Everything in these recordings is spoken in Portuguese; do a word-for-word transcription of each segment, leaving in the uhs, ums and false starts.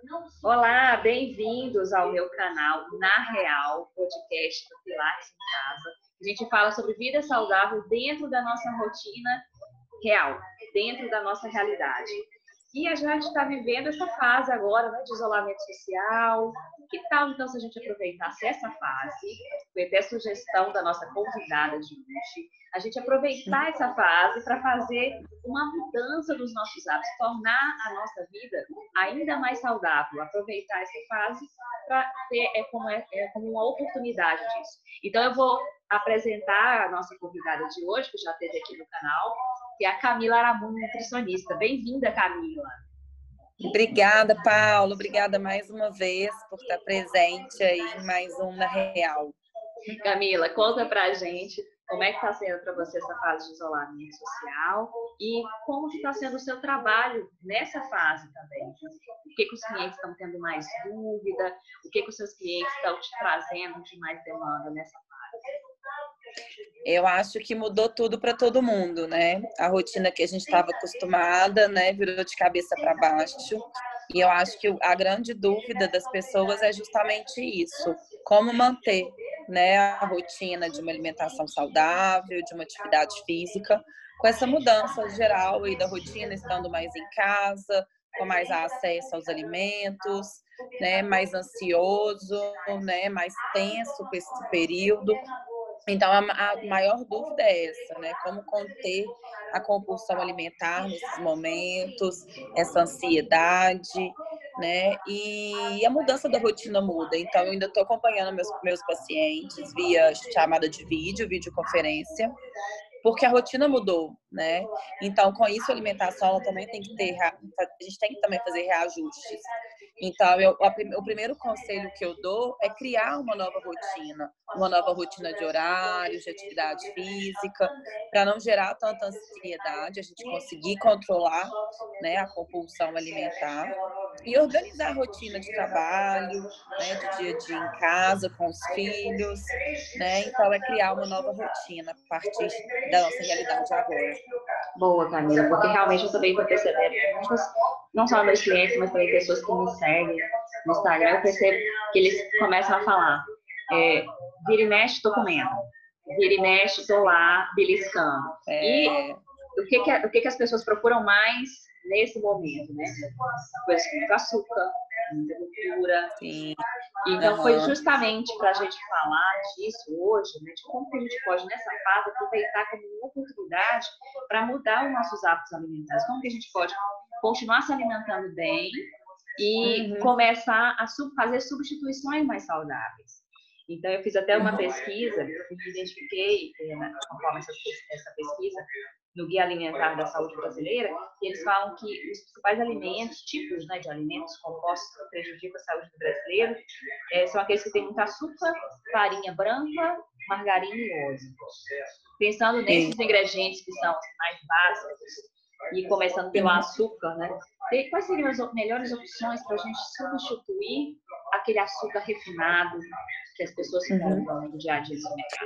Olá, bem-vindos ao meu canal Na Real, podcast do Pilates em Casa. A gente fala sobre vida saudável dentro da nossa rotina real, dentro da nossa realidade. E a gente está vivendo essa fase agora, né, de isolamento social. Que tal, então, se a gente aproveitasse essa fase, foi até sugestão da nossa convidada de hoje, a gente aproveitar essa fase para fazer uma mudança nos nossos hábitos, tornar a nossa vida ainda mais saudável, aproveitar essa fase para ter é como, é, é como uma oportunidade disso. Então, eu vou apresentar a nossa convidada de hoje, que já esteve aqui no canal, que é a Camila Araújo, nutricionista. Bem-vinda, Camila. Obrigada, Paulo. Obrigada mais uma vez por estar presente aí em mais um Na Real. Camila, conta pra gente como é que está sendo para você essa fase de isolamento social e como que está sendo o seu trabalho nessa fase também. O que, que os clientes estão tendo mais dúvida, o que, que os seus clientes estão te trazendo de mais demanda nessa fase? Eu acho que mudou tudo para todo mundo, né? A rotina que a gente estava acostumada, né, virou de cabeça para baixo. E eu acho que a grande dúvida das pessoas é justamente isso: como manter, né, a rotina de uma alimentação saudável, de uma atividade física, com essa mudança geral aí da rotina, estando mais em casa, com mais acesso aos alimentos, né, mais ansioso, né, mais tenso com esse período. Então, a, a maior dúvida é essa, né? Como conter a compulsão alimentar nesses momentos, essa ansiedade, né? E a mudança da rotina muda. Então, eu ainda estou acompanhando meus, meus pacientes via chamada de vídeo, videoconferência, porque a rotina mudou, né? Então, com isso, a alimentação ela também tem que ter, a gente tem que também fazer reajustes. Então, eu, o primeiro conselho que eu dou é criar uma nova rotina, uma nova rotina de horários, de atividade física, para não gerar tanta ansiedade, a gente conseguir controlar, né, a compulsão alimentar e organizar a rotina de trabalho, né, de dia a dia em casa, com os filhos, né? Então, é criar uma nova rotina a partir da nossa realidade agora. Boa, Camila, porque realmente eu também estou percebendo muitas, não só meus clientes, mas também pessoas que me seguem no Instagram, eu percebo que eles começam a falar, é, vira e mexe, tô comendo, vira e mexe, tô lá beliscando. É... E o que que, o que que as pessoas procuram mais nesse momento, né? Coisas com muito açúcar, muita gordura. Sim. Então, uhum. foi justamente para a gente falar disso hoje, né, de como que a gente pode, nessa fase, aproveitar como uma oportunidade para mudar os nossos hábitos alimentares. Como que a gente pode continuar se alimentando bem e uhum. começar a sub- fazer substituições mais saudáveis. Então, eu fiz até uma uhum. pesquisa, me identifiquei, né, conforme essa, essa pesquisa, no Guia Alimentar da Saúde Brasileira, e eles falam que os principais alimentos, tipos, né, de alimentos compostos que prejudicam a saúde do brasileiro, é, são aqueles que têm muito açúcar, farinha branca, margarina e óleo. Pensando nesses Sim. ingredientes que são mais básicos, e começando pelo uhum. açúcar, né? Quais seriam as melhores opções para a gente substituir aquele açúcar refinado que as pessoas compram uhum. no dia a dia do mercado?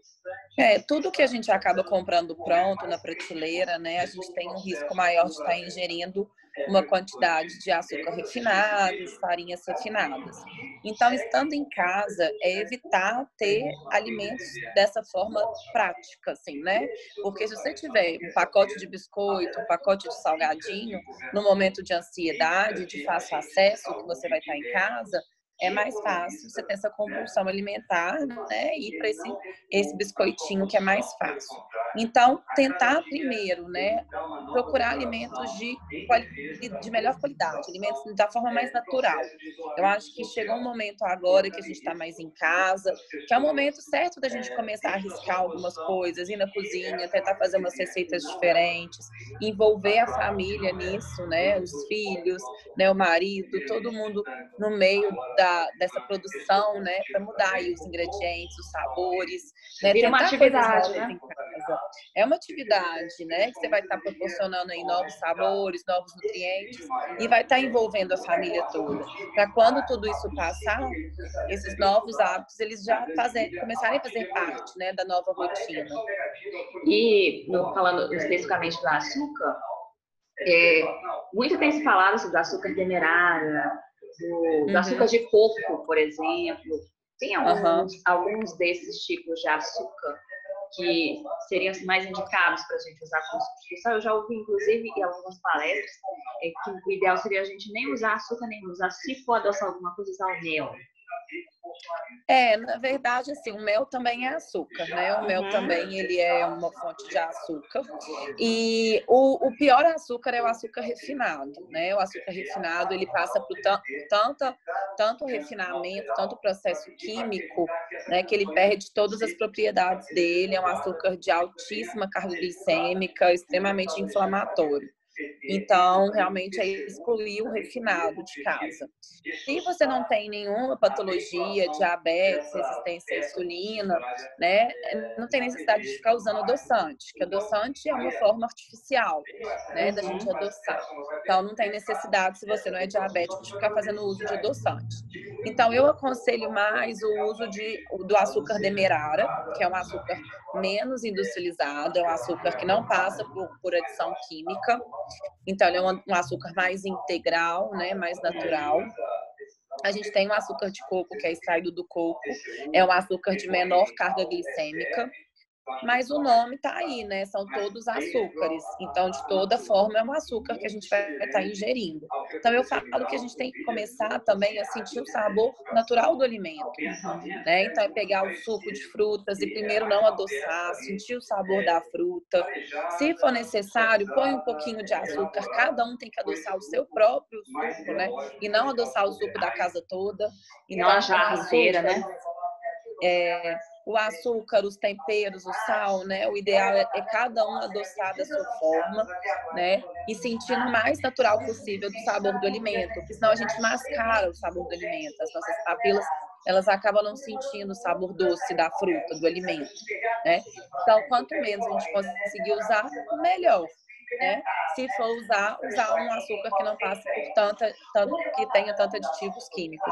É, tudo que a gente acaba comprando pronto na prateleira, né, a gente tem um risco maior de estar ingerindo uma quantidade de açúcar refinados, farinhas refinadas. Então, estando em casa, é evitar ter alimentos dessa forma prática, assim, né? Porque se você tiver um pacote de biscoito, um pacote de salgadinho, no momento de ansiedade, de fácil acesso, que você vai estar em casa, é mais fácil você ter essa compulsão alimentar, né? E ir para esse, esse biscoitinho que é mais fácil. Então, tentar primeiro, né? Procurar alimentos de, de melhor qualidade, alimentos da forma mais natural. Eu acho que chegou um momento agora que a gente está mais em casa, que é o momento certo da gente começar a arriscar algumas coisas, ir na cozinha, tentar fazer umas receitas diferentes, envolver a família nisso, né? Os filhos, né? O marido, todo mundo no meio da, dessa produção, né? Para mudar aí os ingredientes, os sabores, né? Vira uma atividade, né? Em casa. É uma atividade, né? Que você vai estar proporcionando aí novos sabores, novos nutrientes e vai estar envolvendo a família toda. Para quando tudo isso passar, esses novos hábitos eles já fazem, começarem a fazer parte, né, da nova rotina. E falando especificamente do açúcar, é, muito tem se falado sobre o açúcar demerara, do, do açúcar Uhum. de coco, por exemplo. Tem alguns, Uhum. alguns desses tipos de açúcar que seriam mais indicados para a gente usar como substituição. Eu já ouvi, inclusive, em algumas palestras, é, que o ideal seria a gente nem usar açúcar, nem usar, se for adoçar alguma coisa, usar o mel. É, na verdade, assim, o mel também é açúcar, né? O mel Uhum. também, ele é uma fonte de açúcar. E o, o pior açúcar é o açúcar refinado, né? O açúcar refinado, ele passa por tanto, tanto refinamento, tanto processo químico, né? Que ele perde todas as propriedades dele. É um açúcar de altíssima carga glicêmica, extremamente inflamatório. Então, realmente, é excluir o refinado de casa. Se você não tem nenhuma patologia, diabetes, resistência à insulina, né, não tem necessidade de ficar usando adoçante, que adoçante é uma forma artificial, né, da gente adoçar. Então, não tem necessidade, se você não é diabético, de ficar fazendo uso de adoçante. Então, eu aconselho mais o uso de, do açúcar demerara, que é um açúcar menos industrializado, é um açúcar que não passa por, por adição química. Então, ele é um, um açúcar mais integral, né, mais natural. A gente tem o açúcar de coco, que é extraído do coco, é um açúcar de menor carga glicêmica, mas o nome tá aí, né? São todos açúcares. Então, de toda forma, é um açúcar que a gente vai estar ingerindo. Então, eu falo que a gente tem que começar também a sentir o sabor natural do alimento, né? Então, é pegar o suco de frutas e primeiro não adoçar, sentir o sabor da fruta. Se for necessário, põe um pouquinho de açúcar. Cada um tem que adoçar o seu próprio suco, né? E não adoçar o suco da casa toda. Não a Então, o jarra inteira, açúcar, né? é, o açúcar, os temperos, o sal, né? O ideal é, é cada um adoçar da sua forma, né? E sentindo o mais natural possível do sabor do alimento, porque senão a gente mascara o sabor do alimento. As nossas papilas, elas acabam não sentindo o sabor doce da fruta, do alimento, né? Então, quanto menos a gente conseguir usar, melhor, né? Se for usar, usar um açúcar que não passe por tanta, tanto, que tenha tantos aditivos químicos.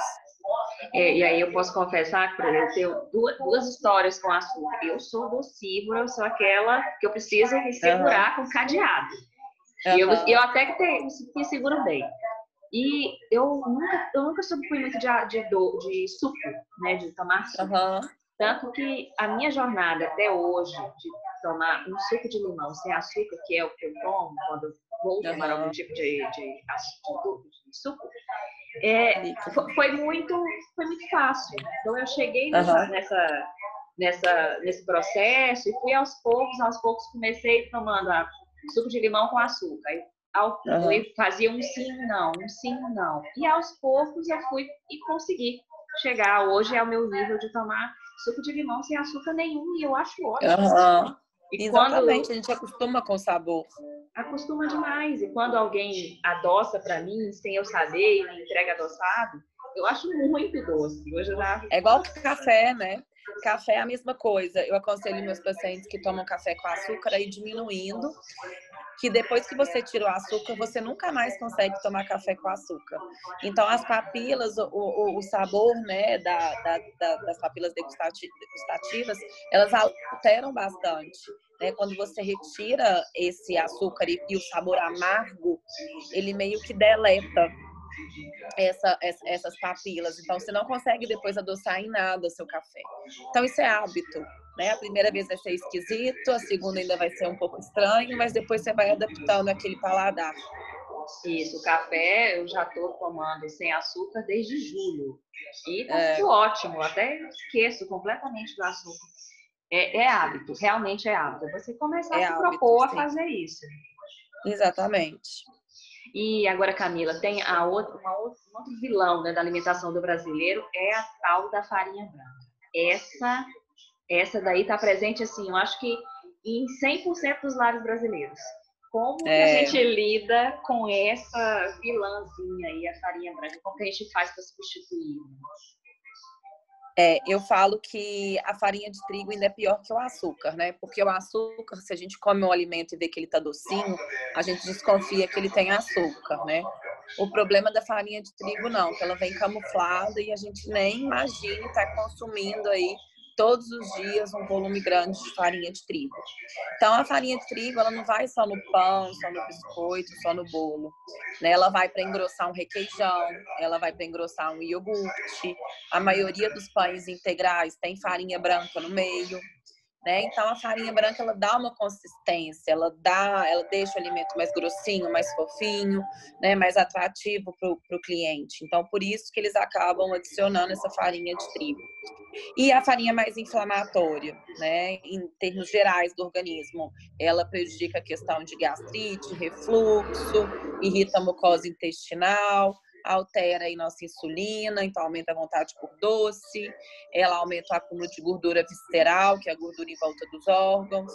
É, e aí eu posso confessar que eu tenho duas, duas histórias com açúcar. Eu sou docívora, eu sou aquela que eu preciso me segurar uhum. com cadeado. Uhum. E eu, eu até que tenho, me seguro bem. E eu nunca, eu nunca fui muito de, de, de suco, né, de tomar suco. Uhum. Tanto que a minha jornada até hoje de tomar um suco de limão sem açúcar, que é o que eu tomo quando eu vou tomar uhum. algum tipo de, de, de, de suco, é, foi, muito, foi muito fácil. Então, eu cheguei nessa, uhum. nessa, nessa, nesse processo e fui aos poucos, aos poucos comecei tomando a, suco de limão com açúcar. Aí, ao, uhum. Eu fazia um sim, um não, um sim, um não. E aos poucos eu fui e consegui chegar. Hoje é o meu nível de tomar suco de limão sem açúcar nenhum e eu acho ótimo. Uhum. E exatamente, quando... a gente acostuma com o sabor. Acostuma demais. E quando alguém adoça para mim, sem eu saber, e me entrega adoçado, eu acho muito doce. Hoje eu já... É igual café, né? Café é a mesma coisa. Eu aconselho meus pacientes que tomam café com açúcar a ir diminuindo, que depois que você tira o açúcar, você nunca mais consegue tomar café com açúcar. Então, as papilas, o, o, o sabor, né, da, da, da, das papilas degustativas, elas alteram bastante. Né? Quando você retira esse açúcar e, e o sabor amargo, ele meio que deleta essa, essa, essas papilas. Então, você não consegue depois adoçar em nada o seu café. Então, isso é hábito. Né? A primeira vez vai ser esquisito, a segunda ainda vai ser um pouco estranho, mas depois você vai adaptando aquele paladar. Isso, o café eu já estou tomando sem açúcar desde julho. E tá é. tudo ótimo, até esqueço completamente do açúcar. É, é hábito, realmente é hábito. Você começar é a se hábito, propor sim. a fazer isso. Exatamente. E agora, Camila, tem a outra, uma outra, um outro vilão, né, da alimentação do brasileiro, é a tal da farinha branca. Essa, essa daí está presente, assim, eu acho que em cem por cento dos lares brasileiros. Como é. que a gente lida com essa vilãzinha aí, a farinha branca? Como que a gente faz para substituir? É, eu falo que a farinha de trigo ainda é pior que o açúcar, né? Porque o açúcar, se a gente come um alimento e vê que ele tá docinho, a gente desconfia que ele tem açúcar, né? O problema da farinha de trigo não, que ela vem camuflada e a gente nem imagina estar consumindo aí todos os dias um volume grande de farinha de trigo. Então, a farinha de trigo, ela não vai só no pão, só no biscoito, só no bolo, né? Ela vai para engrossar um requeijão, ela vai para engrossar um iogurte. A maioria dos pães integrais tem farinha branca no meio, né? Então, a farinha branca, ela dá uma consistência, ela dá, ela deixa o alimento mais grossinho, mais fofinho, né? Mais atrativo para o cliente. Então, por isso que eles acabam adicionando essa farinha de trigo. E a farinha mais inflamatória, né? Em termos gerais do organismo, ela prejudica a questão de gastrite, refluxo, irrita a mucosa intestinal, altera aí nossa insulina, então aumenta a vontade por doce, ela aumenta o acúmulo de gordura visceral, que é a gordura em volta dos órgãos.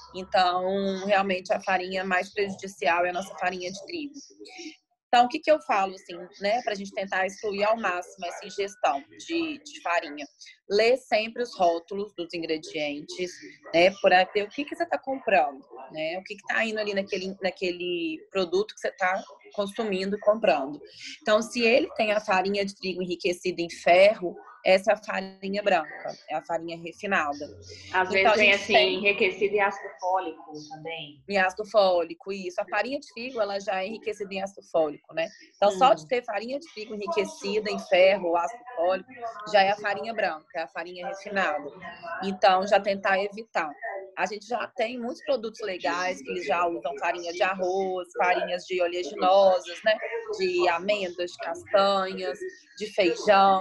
Então, realmente, a farinha mais prejudicial é a nossa farinha de trigo. Então, o que, que eu falo, assim, né, para a gente tentar excluir ao máximo essa ingestão de, de farinha? Lê sempre os rótulos dos ingredientes, né, para ver o que, que você está comprando, né, o que está indo ali naquele, naquele produto que você está consumindo e comprando. Então, se ele tem a farinha de trigo enriquecida em ferro, essa é a farinha branca, é a farinha refinada. Às então, vezes vem assim, tem... enriquecida em ácido fólico também. Em ácido fólico, isso. A farinha de trigo, ela já é enriquecida em ácido fólico, né? Então, hum. só de ter farinha de trigo enriquecida em ferro ou ácido fólico, já é a farinha branca, é a farinha refinada. Então, já tentar evitar. A gente já tem muitos produtos legais que eles já usam farinha de arroz, farinhas de oleaginosas, né? De amêndoas, de castanhas, de feijão,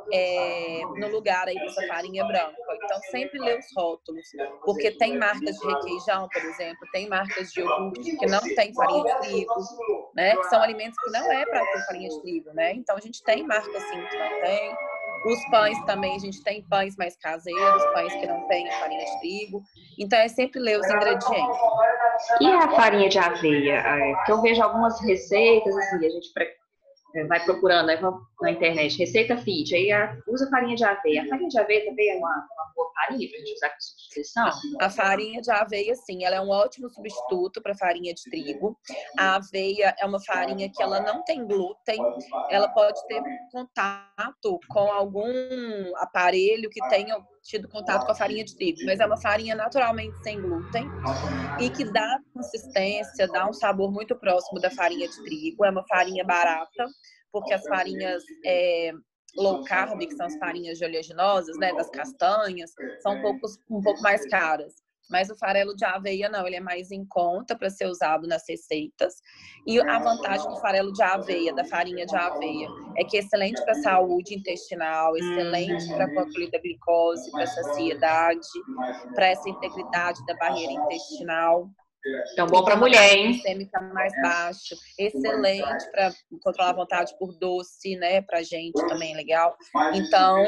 é, no lugar aí dessa farinha branca. Então, sempre lê os rótulos, porque tem marcas de requeijão, por exemplo, tem marcas de iogurte que não tem farinha de trigo, né? Que são alimentos que não é para ter farinha de trigo, né? Então, a gente tem marcas assim que não tem. Os pães também, a gente tem pães mais caseiros, pães que não têm farinha de trigo. Então, é sempre ler os ingredientes. E a farinha de aveia? Porque eu vejo algumas receitas, assim, a gente vai procurando aí na internet, receita fit, aí usa farinha de aveia. A farinha de aveia também é uma, uma boa farinha para a gente usar com substituição? A farinha de aveia, sim, ela é um ótimo substituto para a farinha de trigo. A aveia é uma farinha que ela não tem glúten, ela pode ter contato com algum aparelho que tenha tido contato com a farinha de trigo, mas é uma farinha naturalmente sem glúten e que dá consistência, dá um sabor muito próximo da farinha de trigo. É uma farinha barata, porque as farinhas é, low carb, que são as farinhas de oleaginosas, né, das castanhas, são um pouco, um pouco mais caras. Mas o farelo de aveia não, ele é mais em conta para ser usado nas receitas. E a vantagem do farelo de aveia, da farinha de aveia, é que é excelente para a saúde intestinal, excelente para controle da glicose, para saciedade, para essa integridade da barreira intestinal. Então, bom para mulher, hein? Glicêmica mais baixo, excelente para controlar a vontade por doce, né? Para gente também legal. Então,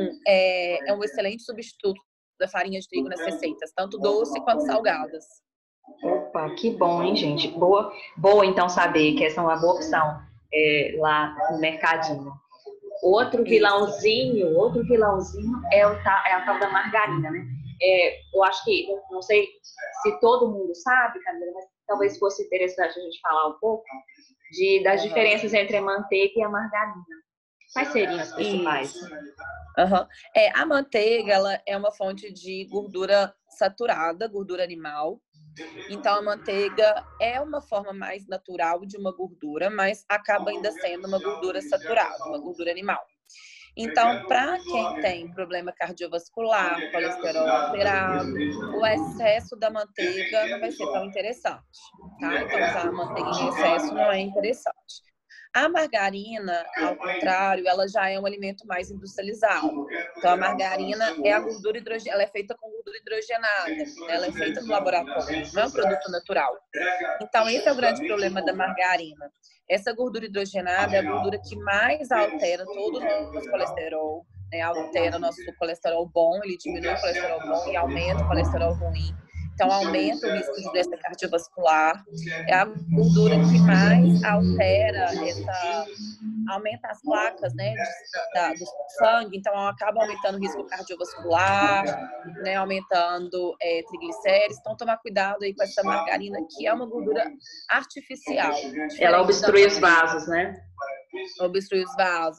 é, é um excelente substituto da farinha de trigo nas receitas, tanto doce quanto salgadas. Opa, que bom, hein, gente? Boa, boa então saber que essa é uma boa opção é, lá no mercadinho. Outro vilãozinho, Isso. outro vilãozinho é, o, é a tal da margarina, né? É, eu acho que, não sei se todo mundo sabe, Camila, mas talvez fosse interessante a gente falar um pouco de, das uhum. diferenças entre a manteiga e a margarina. Quais seriam as principais? Uhum. É, a manteiga, ela é uma fonte de gordura saturada, gordura animal. Então, a manteiga é uma forma mais natural de uma gordura, mas acaba ainda sendo uma gordura saturada, uma gordura animal. Então, para quem tem problema cardiovascular, colesterol alterado, o excesso da manteiga não vai ser tão interessante, tá? Então, usar a manteiga em excesso não é interessante. A margarina, ao contrário, ela já é um alimento mais industrializado. Então, a margarina é a gordura hidrogenada, ela é feita com gordura hidrogenada, né? Ela é feita no laboratório, não é um produto natural. Então, esse é o grande problema da margarina. Essa gordura hidrogenada é a gordura que mais altera todo o nosso colesterol, né? Altera o nosso colesterol bom, ele diminui o colesterol bom e aumenta o colesterol ruim. Então, aumenta o risco de doença cardiovascular. É a gordura que mais altera essa... aumenta as placas, né, de, da, do sangue. Então, acaba aumentando o risco cardiovascular, né, aumentando é, triglicéridos. Então, tomar cuidado aí com essa margarina, que é uma gordura artificial. Ela obstrui os vasos, né? Obstrui os vasos.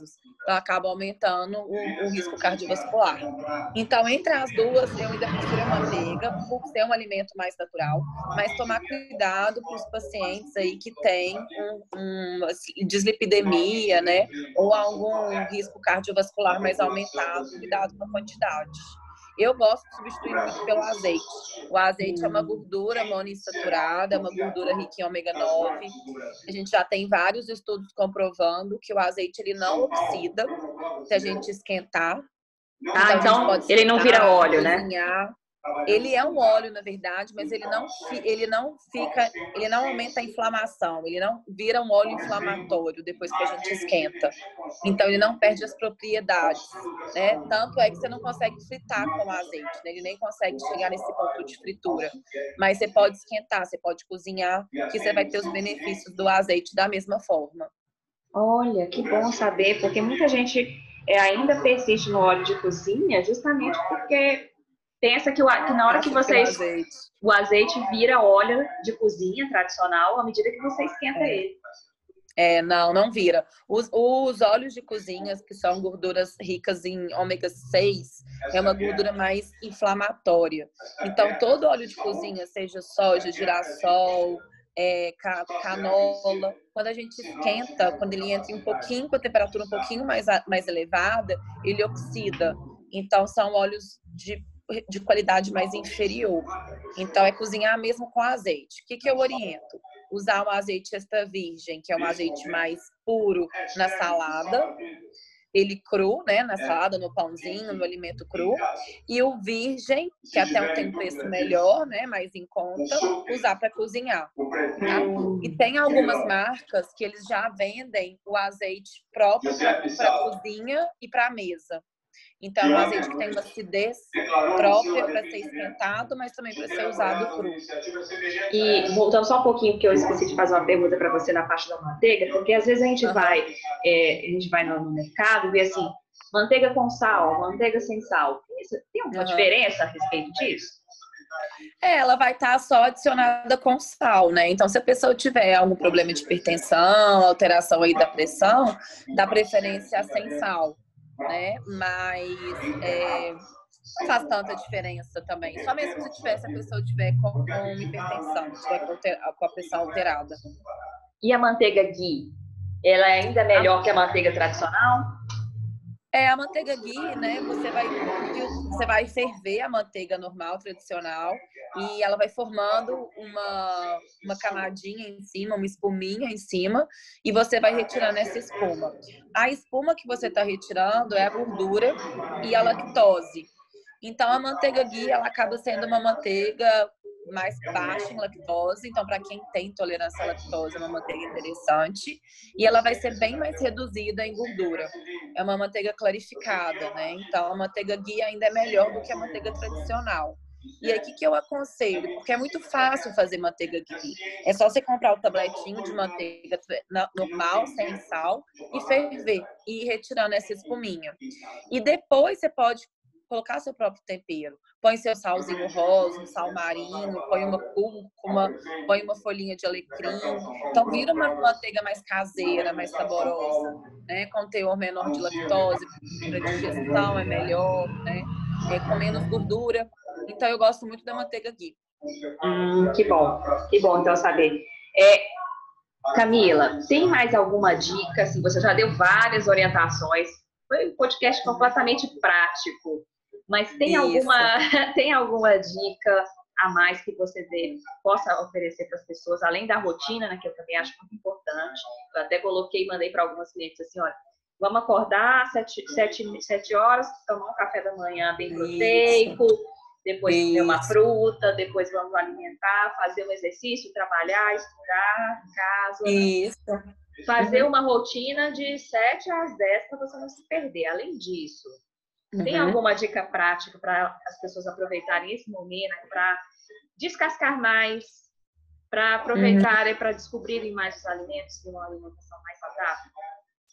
acaba aumentando o, o risco cardiovascular. Então, entre as duas, eu ainda prefiro a manteiga, por ser um alimento mais natural, mas tomar cuidado com os pacientes aí que têm um, um, assim, dislipidemia, né, ou algum risco cardiovascular mais aumentado, cuidado com a quantidade. Eu gosto de substituir muito pelo azeite. O azeite é uma gordura monoinsaturada, é uma gordura rica em ômega nove. A gente já tem vários estudos comprovando que o azeite ele não oxida se a gente esquentar. Ah, Então, a gente então pode ele não vira esquentar, óleo, né? cozinhar. Ele é um óleo, na verdade, mas ele não, ele não fica, ele não aumenta a inflamação, ele não vira um óleo inflamatório depois que a gente esquenta. Então, ele não perde as propriedades, né? Tanto é que você não consegue fritar com azeite, né? Ele nem consegue chegar nesse ponto de fritura. Mas você pode esquentar, você pode cozinhar, que você vai ter os benefícios do azeite da mesma forma. Olha, que bom saber, porque muita gente é, ainda persiste no óleo de cozinha justamente porque pensa que, o, que na hora que Acha que o vocês... azeite... O azeite vira óleo de cozinha tradicional à medida que você esquenta é. ele. É, não, não vira. Os, os óleos de cozinha, que são gorduras ricas em ômega seis, é uma gordura mais inflamatória. Então, todo óleo de cozinha, seja soja, girassol, é, canola, quando a gente esquenta, quando ele entra um pouquinho com a temperatura um pouquinho mais, mais elevada, ele oxida. Então, são óleos de, de qualidade mais inferior. Então, é cozinhar mesmo com azeite. O que, que eu oriento? Usar um azeite extra virgem, que é um azeite mais puro na salada, ele cru, né, na salada, no pãozinho, no alimento cru, e o virgem, que até tem um preço melhor, né, mais em conta, usar para cozinhar, tá? E tem algumas marcas que eles já vendem o azeite próprio para cozinha e para mesa. Então, é um azeite que tem uma acidez própria para ser esquentado, mas também para ser usado cru. E voltando só um pouquinho, porque eu esqueci de fazer uma pergunta para você na parte da manteiga, porque às vezes a gente uhum. vai, é, a gente vai no mercado e vê assim, manteiga com sal, manteiga sem sal. Tem alguma uhum. diferença a respeito disso? É, ela vai estar só adicionada com sal, né? Então, se a pessoa tiver algum problema de hipertensão, alteração aí da pressão, dá preferência sem sal, né? Mas é, não faz tanta diferença também. Só mesmo se tiver, se a pessoa tiver com, com hipertensão, tiver com, com a pressão alterada. E a manteiga ghee? Ela ainda é melhor a... que a manteiga tradicional? É, a manteiga ghee, né? Você vai, você vai ferver a manteiga normal, tradicional, e ela vai formando uma, uma camadinha em cima, uma espuminha em cima, e você vai retirando essa espuma. A espuma que você está retirando é a gordura e a lactose. Então, a manteiga ghee, ela acaba sendo uma manteiga mais baixa em lactose, então para quem tem intolerância à lactose é uma manteiga interessante, e ela vai ser bem mais reduzida em gordura. É uma manteiga clarificada, né? Então a manteiga ghee ainda é melhor do que a manteiga tradicional. E aí, o que, que eu aconselho? Porque é muito fácil fazer manteiga ghee. É só você comprar o tabletinho de manteiga normal, sem sal, e ferver, e ir retirando essa espuminha. E depois você pode colocar seu próprio tempero. Põe seu salzinho rosa, um sal marinho, põe uma cúrcuma, põe uma folhinha de alecrim. Então, vira uma manteiga mais caseira, mais saborosa, né? Com teor menor de lactose, para digestão é melhor, né? É, com menos gordura. Então, eu gosto muito da manteiga ghee. Hum, que bom, que bom então saber. É, Camila, tem mais alguma dica? Assim, você já deu várias orientações. Foi um podcast completamente prático. Mas tem alguma, tem alguma dica a mais que você dê, possa oferecer para as pessoas, além da rotina, né, que eu também acho muito importante. Eu até coloquei e mandei para algumas clientes assim, olha, vamos acordar sete, sete, sete horas, tomar um café da manhã bem proteico, depois comer uma fruta, depois vamos alimentar, fazer um exercício, trabalhar, estudar em casa. Isso. Fazer uhum. uma rotina de sete às dez para você não se perder. Além disso, tem uhum. alguma dica prática para as pessoas aproveitarem esse momento para descascar mais, para aproveitarem, uhum. para descobrirem mais os alimentos de uma alimentação mais saudável?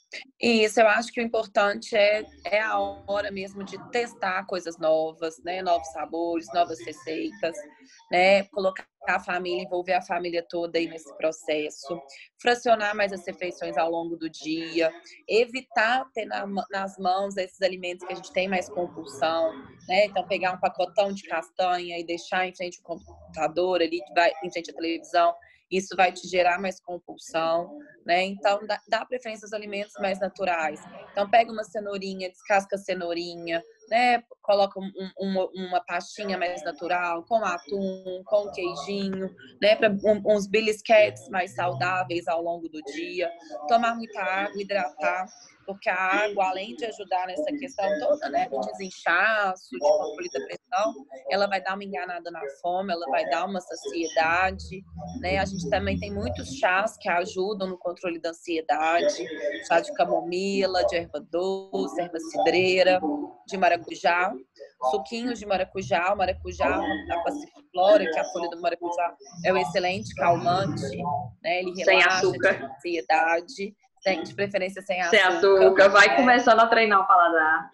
Isso, eu acho que o importante é, é a hora mesmo de testar coisas novas, né? Novos sabores, novas receitas, né? Colocar a família, envolver a família toda aí nesse processo, fracionar mais as refeições ao longo do dia, evitar ter na, nas mãos esses alimentos que a gente tem mais compulsão, né? Então, pegar um pacotão de castanha e deixar em frente ao computador ali, vai, em frente à televisão, isso vai te gerar mais compulsão, né? Então, dá, dá preferência aos alimentos mais naturais. Então, pega uma cenourinha, descasca a cenourinha, né? Coloca um, uma, uma pastinha mais natural, com atum, com queijinho, né? Para um, uns belisquetes mais saudáveis ao longo do dia. Tomar muita água, hidratar, porque a água, além de ajudar nessa questão toda, né, de desinchaço, de controle da pressão, ela vai dar uma enganada na fome, ela vai dar uma saciedade, né? A gente também tem muitos chás que ajudam no controle da ansiedade, chá de camomila, de erva doce, erva cidreira, de maracujá, suquinhos de maracujá, o maracujá, a passiflora, que é a folha do maracujá, é um excelente calmante, né? Ele Sem relaxa, açúcar. tira ansiedade, tem, de preferência sem açúcar. Sem açúcar, vai né? começando a treinar o paladar.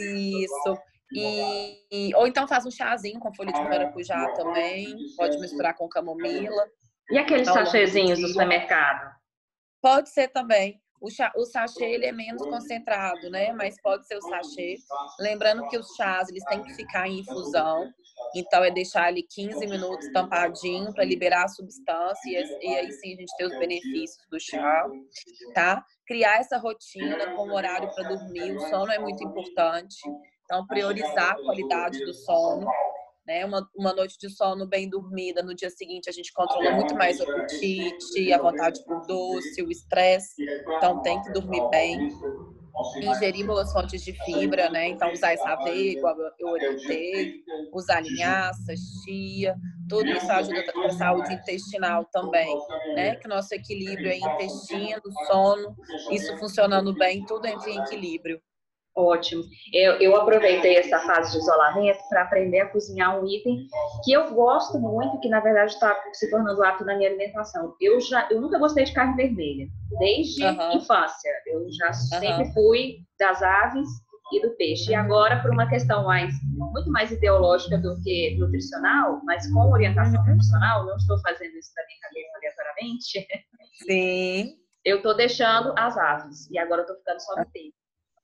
Isso. E, e, ou então faz um chazinho com folha de maracujá também, pode misturar com camomila. E aqueles ao longo do sachêzinhos do dia. supermercado? Pode ser também. O, chá, o sachê ele é menos concentrado, né? Mas pode ser o sachê. Lembrando que os chás eles têm que ficar em infusão. Então é deixar ali quinze minutos tampadinho para liberar a substância e, e aí sim a gente ter os benefícios do chá, tá? Criar essa rotina com horário para dormir. O sono é muito importante. Então priorizar a qualidade do sono. Né? Uma, uma noite de sono bem dormida, no dia seguinte a gente controla muito mais o apetite, a vontade por doce, o estresse. Então tem que dormir bem. Ingerir boas fontes de fibra, né? Então usar essa aveia, igual eu orientei, usar linhaça, chia, tudo isso ajuda para a saúde intestinal também, né? Que o nosso equilíbrio é intestino, sono, isso funcionando bem, tudo entra em equilíbrio. Ótimo. Eu, eu aproveitei essa fase de isolamento para aprender a cozinhar um item que eu gosto muito, que na verdade está se tornando hábito na minha alimentação. Eu, já, eu nunca gostei de carne vermelha, desde Uhum. infância. Eu já Uhum. sempre fui das aves e do peixe. E agora, por uma questão mais, muito mais ideológica do que nutricional, mas com orientação Uhum. nutricional, não estou fazendo isso da minha cabeça aleatoriamente. Sim. Eu estou deixando as aves e agora eu estou ficando só no peixe.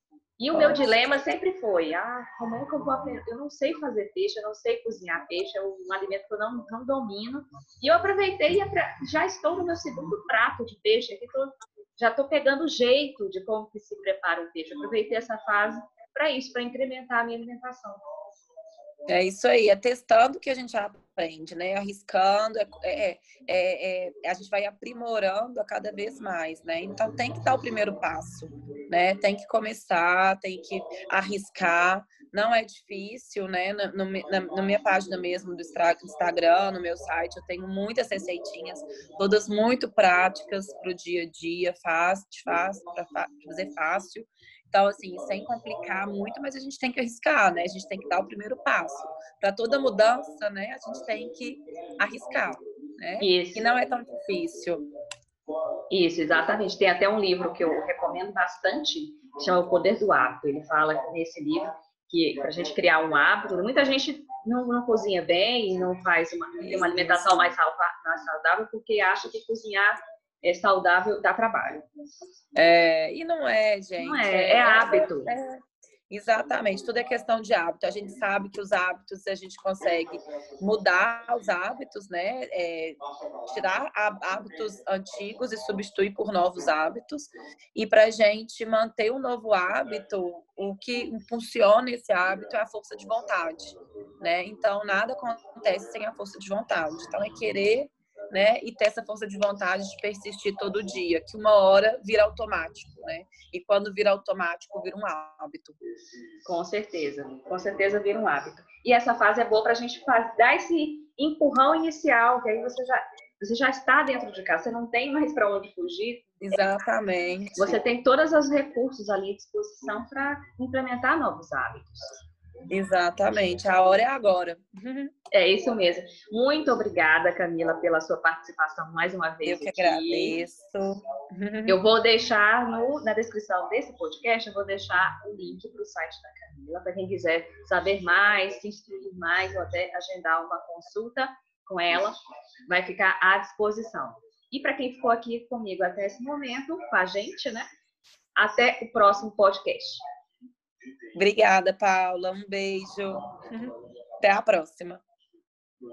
E o meu dilema sempre foi, ah, como é que eu vou aprender? Eu não sei fazer peixe, eu não sei cozinhar peixe, é um alimento que eu não, não domino. E eu aproveitei e já estou no meu segundo prato de peixe, aqui tô, já estou pegando o jeito de como que se prepara o peixe. Eu aproveitei essa fase para isso, para incrementar a minha alimentação. É isso aí, é testando que a gente aprende, né? Arriscando, é, é, é, é, a gente vai aprimorando a cada vez mais, né? Então tem que dar o primeiro passo, né? Tem que começar, tem que arriscar. Não é difícil, né? Na, no, na, na minha página mesmo do Instagram, no meu site, eu tenho muitas receitinhas, todas muito práticas para o dia a dia, fácil, fácil para fazer fácil. Então, assim, sem complicar muito, mas a gente tem que arriscar, né? A gente tem que dar o primeiro passo. Para toda mudança, né? A gente tem que arriscar, né? Isso. E não é tão difícil. Isso, exatamente. Tem até um livro que eu recomendo bastante, que chama O Poder do Hábito. Ele fala nesse livro que para a gente criar um hábito, muita gente não, não cozinha bem, não faz uma, tem uma alimentação mais saudável porque acha que cozinhar é saudável, dá trabalho. É, e não é, gente. Não é, é, é hábito. É, é, exatamente, tudo é questão de hábito. A gente sabe que os hábitos, a gente consegue mudar os hábitos, né? É, tirar hábitos antigos e substituir por novos hábitos. E para a gente manter um novo hábito, o que impulsiona esse hábito é a força de vontade, né? Então, nada acontece sem a força de vontade. Então, é querer, né? E ter essa força de vontade de persistir todo dia, que uma hora vira automático, né? E quando vira automático, vira um hábito. Com certeza, com certeza vira um hábito. E essa fase é boa para a gente dar esse empurrão inicial, que aí você já, você já está dentro de casa, você não tem mais para onde fugir. Exatamente. Você tem todos os recursos ali à disposição para implementar novos hábitos. Exatamente, a hora é agora. É isso mesmo. Muito obrigada, Camila, pela sua participação mais uma vez Eu que aqui. agradeço. Eu vou deixar no, na descrição desse podcast, eu vou deixar o link para o site da Camila, para quem quiser saber mais, se instruir mais ou até agendar uma consulta com ela, vai ficar à disposição. E para quem ficou aqui comigo até esse momento, com a gente, né? Até o próximo podcast. Obrigada, Paula. Um beijo. Até a próxima.